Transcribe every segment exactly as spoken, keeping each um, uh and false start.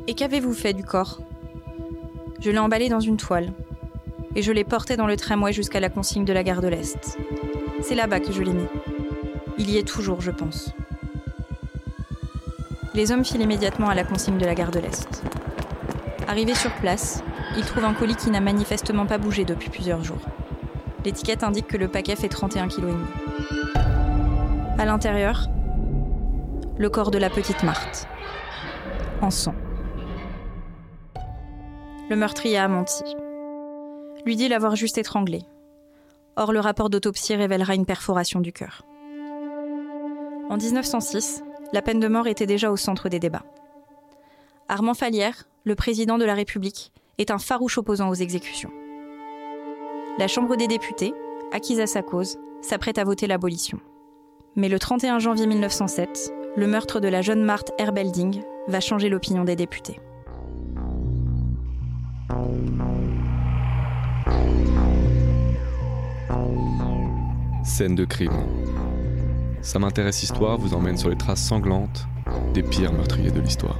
Et qu'avez-vous fait du corps ? Je l'ai emballé dans une toile. Et je l'ai porté dans le tramway jusqu'à la consigne de la gare de l'Est. C'est là-bas que je l'ai mis. Il y est toujours, je pense. Les hommes filent immédiatement à la consigne de la gare de l'Est. Arrivés sur place, ils trouvent un colis qui n'a manifestement pas bougé depuis plusieurs jours. L'étiquette indique que le paquet fait trente et un virgule cinq kilos. À l'intérieur, le corps de la petite Marthe, en sang. Le meurtrier a menti. Lui dit l'avoir juste étranglée. Or, le rapport d'autopsie révélera une perforation du cœur. En dix-neuf cent six, la peine de mort était déjà au centre des débats. Armand Fallières, le président de la République, est un farouche opposant aux exécutions. La Chambre des députés, acquise à sa cause, s'apprête à voter l'abolition. Mais le trente et un janvier mille neuf cent sept, le meurtre de la jeune Marthe Herbelding va changer l'opinion des députés. Scène de crime. Ça m'intéresse Histoire vous emmène sur les traces sanglantes des pires meurtriers de l'histoire.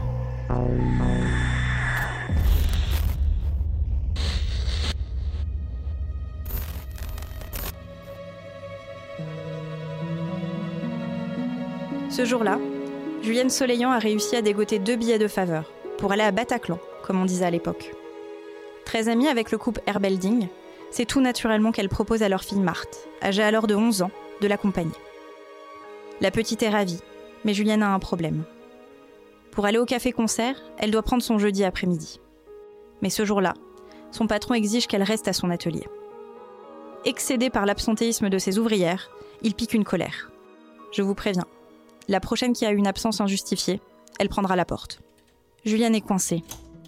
Ce jour-là, Julienne Soleillant a réussi à dégoter deux billets de faveur pour aller à Bataclan, comme on disait à l'époque. Très amie avec le couple Herbelding, c'est tout naturellement qu'elle propose à leur fille Marthe, âgée alors de onze ans, de l'accompagner. La petite est ravie, mais Julienne a un problème. Pour aller au café-concert, elle doit prendre son jeudi après-midi. Mais ce jour-là, son patron exige qu'elle reste à son atelier. Excédé par l'absentéisme de ses ouvrières, il pique une colère. Je vous préviens, la prochaine qui a une absence injustifiée, elle prendra la porte. Julienne est coincée.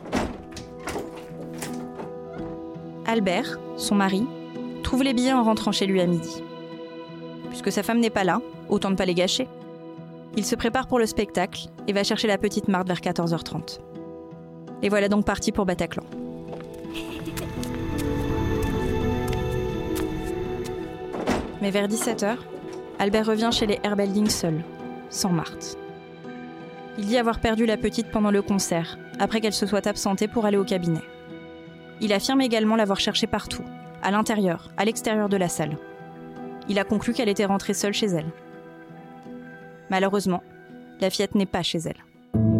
Albert, son mari, trouve les billets en rentrant chez lui à midi. Puisque sa femme n'est pas là, autant ne pas les gâcher. Il se prépare pour le spectacle et va chercher la petite Marthe vers quatorze heures trente. Et voilà donc parti pour Bataclan. Mais vers dix-sept heures, Albert revient chez les Herbelding seul, sans Marthe. Il dit avoir perdu la petite pendant le concert, après qu'elle se soit absentée pour aller au cabinet. Il affirme également l'avoir cherchée partout, à l'intérieur, à l'extérieur de la salle. Il a conclu qu'elle était rentrée seule chez elle. Malheureusement, la fillette n'est pas chez elle.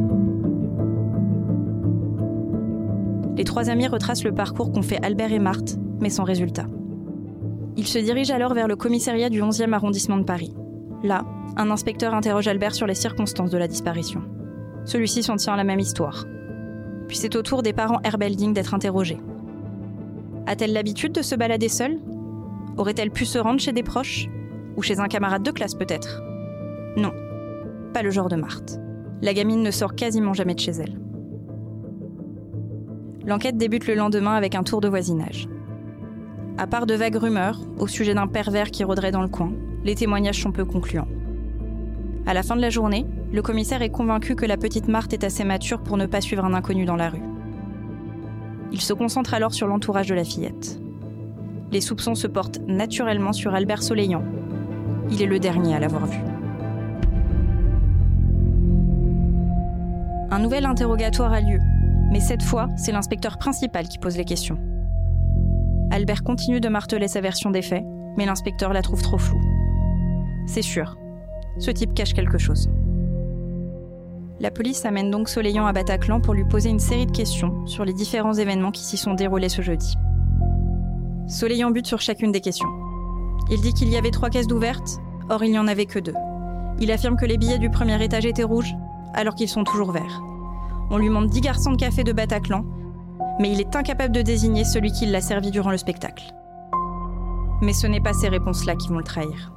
Les trois amis retracent le parcours qu'ont fait Albert et Marthe, mais sans résultat. Ils se dirigent alors vers le commissariat du onzième arrondissement de Paris. Là, un inspecteur interroge Albert sur les circonstances de la disparition. Celui-ci s'en tient à la même histoire. Puis c'est au tour des parents Herbelding d'être interrogés. A-t-elle l'habitude de se balader seule ? Aurait-elle pu se rendre chez des proches ? Ou chez un camarade de classe peut-être ? Non, pas le genre de Marthe. La gamine ne sort quasiment jamais de chez elle. L'enquête débute le lendemain avec un tour de voisinage. À part de vagues rumeurs au sujet d'un pervers qui rôderait dans le coin, les témoignages sont peu concluants. À la fin de la journée, le commissaire est convaincu que la petite Marthe est assez mature pour ne pas suivre un inconnu dans la rue. Il se concentre alors sur l'entourage de la fillette. Les soupçons se portent naturellement sur Albert Soleillant. Il est le dernier à l'avoir vue. Un nouvel interrogatoire a lieu, mais cette fois, c'est l'inspecteur principal qui pose les questions. Albert continue de marteler sa version des faits, mais l'inspecteur la trouve trop floue. C'est sûr, ce type cache quelque chose. La police amène donc Soleillant à Bataclan pour lui poser une série de questions sur les différents événements qui s'y sont déroulés ce jeudi. Soleillant bute sur chacune des questions. Il dit qu'il y avait trois caisses d'ouvertes, or il n'y en avait que deux. Il affirme que les billets du premier étage étaient rouges, alors qu'ils sont toujours verts. On lui montre dix garçons de café de Bataclan, mais il est incapable de désigner celui qui l'a servi durant le spectacle. Mais ce n'est pas ces réponses-là qui vont le trahir.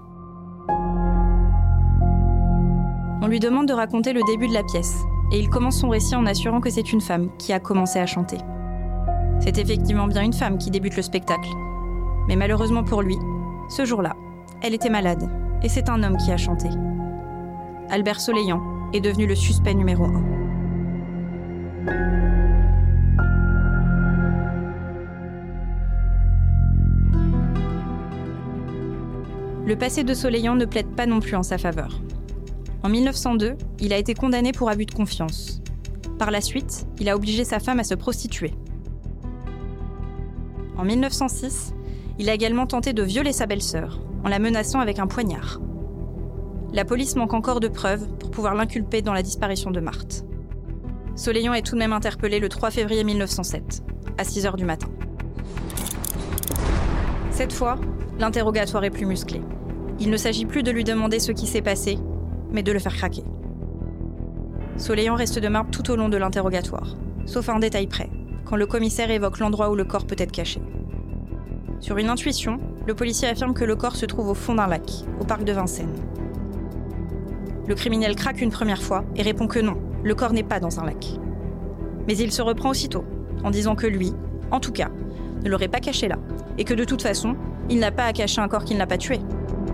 On lui demande de raconter le début de la pièce, et il commence son récit en assurant que c'est une femme qui a commencé à chanter. C'est effectivement bien une femme qui débute le spectacle, mais malheureusement pour lui, ce jour-là, elle était malade, et c'est un homme qui a chanté. Albert Soleillant est devenu le suspect numéro un. Le passé de Soleillant ne plaide pas non plus en sa faveur. En mille neuf cent deux, il a été condamné pour abus de confiance. Par la suite, il a obligé sa femme à se prostituer. En mille neuf cent six, il a également tenté de violer sa belle-sœur, en la menaçant avec un poignard. La police manque encore de preuves pour pouvoir l'inculper dans la disparition de Marthe. Soleillant est tout de même interpellé le trois février mille neuf cent sept, à six heures du matin. Cette fois, l'interrogatoire est plus musclé. Il ne s'agit plus de lui demander ce qui s'est passé, mais de le faire craquer. Soleillant reste de marbre tout au long de l'interrogatoire, sauf à un détail près, quand le commissaire évoque l'endroit où le corps peut être caché. Sur une intuition, le policier affirme que le corps se trouve au fond d'un lac, au parc de Vincennes. Le criminel craque une première fois et répond que non, le corps n'est pas dans un lac. Mais il se reprend aussitôt, en disant que lui, en tout cas, ne l'aurait pas caché là, et que de toute façon, il n'a pas à cacher un corps qu'il n'a pas tué.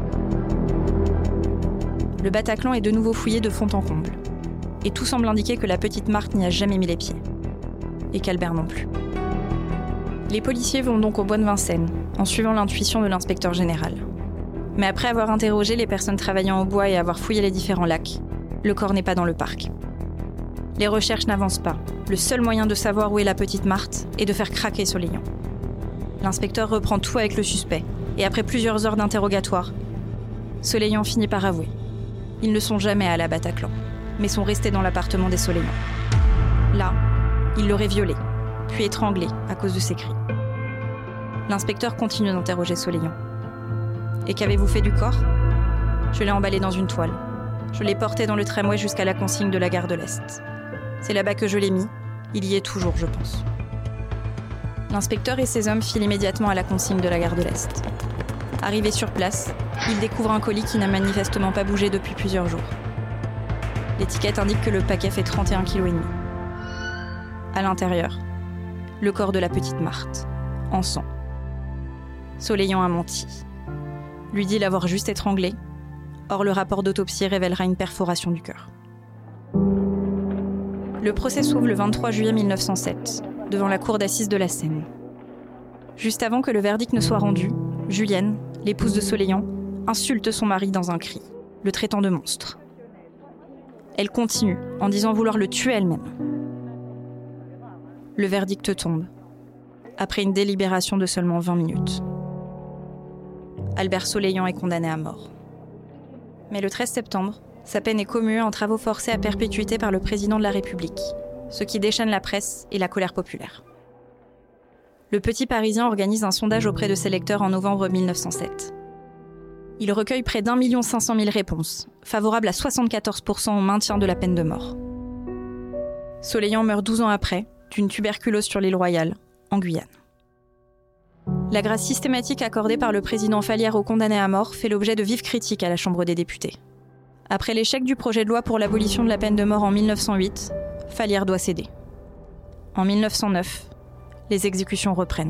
Le Bataclan est de nouveau fouillé de fond en comble. Et tout semble indiquer que la petite Marthe n'y a jamais mis les pieds. Et qu'Albert non plus. Les policiers vont donc au bois de Vincennes, en suivant l'intuition de l'inspecteur général. Mais après avoir interrogé les personnes travaillant au bois et avoir fouillé les différents lacs, le corps n'est pas dans le parc. Les recherches n'avancent pas. Le seul moyen de savoir où est la petite Marthe est de faire craquer Soleillant. L'inspecteur reprend tout avec le suspect, et après plusieurs heures d'interrogatoire, Soleillant finit par avouer. Ils ne sont jamais allés à Bataclan, mais sont restés dans l'appartement des Soleillant. Là, il l'aurait violée, puis étranglée à cause de ses cris. L'inspecteur continue d'interroger Soleillant. « Et qu'avez-vous fait du corps ? » ?»« Je l'ai emballé dans une toile. Je l'ai porté dans le tramway jusqu'à la consigne de la gare de l'Est. C'est là-bas que je l'ai mis. Il y est toujours, je pense. » L'inspecteur et ses hommes filent immédiatement à la consigne de la gare de l'Est. Arrivé sur place, ils découvrent un colis qui n'a manifestement pas bougé depuis plusieurs jours. L'étiquette indique que le paquet fait trente et un virgule cinq kilos. À l'intérieur, le corps de la petite Marthe, en sang. Soleillant a menti. Lui dit l'avoir juste étranglée. Or, le rapport d'autopsie révélera une perforation du cœur. Le procès s'ouvre le vingt-trois juillet mille neuf cent sept, devant la cour d'assises de la Seine. Juste avant que le verdict ne soit rendu, Julienne, l'épouse de Soleillant, insulte son mari dans un cri, le traitant de monstre. Elle continue, en disant vouloir le tuer elle-même. Le verdict tombe, après une délibération de seulement vingt minutes. Albert Soleillant est condamné à mort. Mais le treize septembre, sa peine est commuée en travaux forcés à perpétuité par le président de la République, ce qui déchaîne la presse et la colère populaire. Le Petit Parisien organise un sondage auprès de ses lecteurs en novembre mille neuf cent sept. Il recueille près d'un million cinq cent mille réponses, favorables à soixante-quatorze pour cent au maintien de la peine de mort. Soleillant meurt douze ans après, d'une tuberculose sur l'île Royale, en Guyane. La grâce systématique accordée par le président Fallières aux condamnés à mort fait l'objet de vives critiques à la Chambre des députés. Après l'échec du projet de loi pour l'abolition de la peine de mort en mille neuf cent huit, Fallières doit céder. En mille neuf cent neuf, les exécutions reprennent.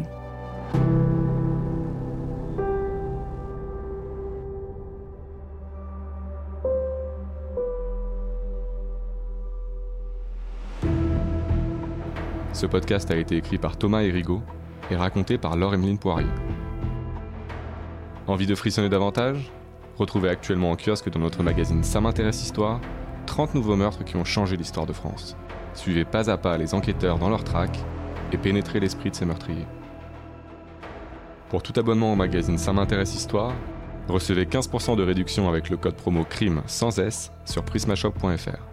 Ce podcast a été écrit par Thomas Hérigaud et raconté par Laure-Emeline Poirier. Envie de frissonner davantage ? Retrouvez actuellement en kiosque dans notre magazine Ça m'intéresse Histoire trente nouveaux meurtres qui ont changé l'histoire de France. Suivez pas à pas les enquêteurs dans leur traque et pénétrez l'esprit de ces meurtriers. Pour tout abonnement au magazine Ça m'intéresse Histoire, recevez quinze pour cent de réduction avec le code promo CRIME sans S sur prismashop point f r.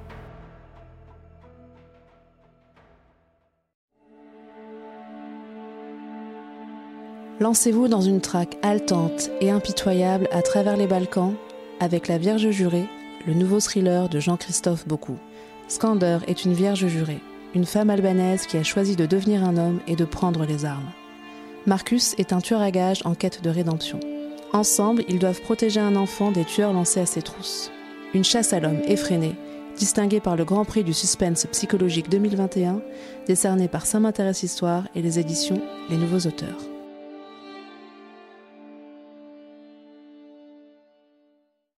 Lancez-vous dans une traque haletante et impitoyable à travers les Balkans avec La Vierge jurée, le nouveau thriller de Jean-Christophe Beaucou. Skander est une vierge jurée, une femme albanaise qui a choisi de devenir un homme et de prendre les armes. Marcus est un tueur à gages en quête de rédemption. Ensemble, ils doivent protéger un enfant des tueurs lancés à ses trousses. Une chasse à l'homme effrénée, distinguée par le Grand Prix du suspense psychologique deux mille vingt et un, décerné par Ça m'intéresse Histoire et les éditions Les Nouveaux Auteurs.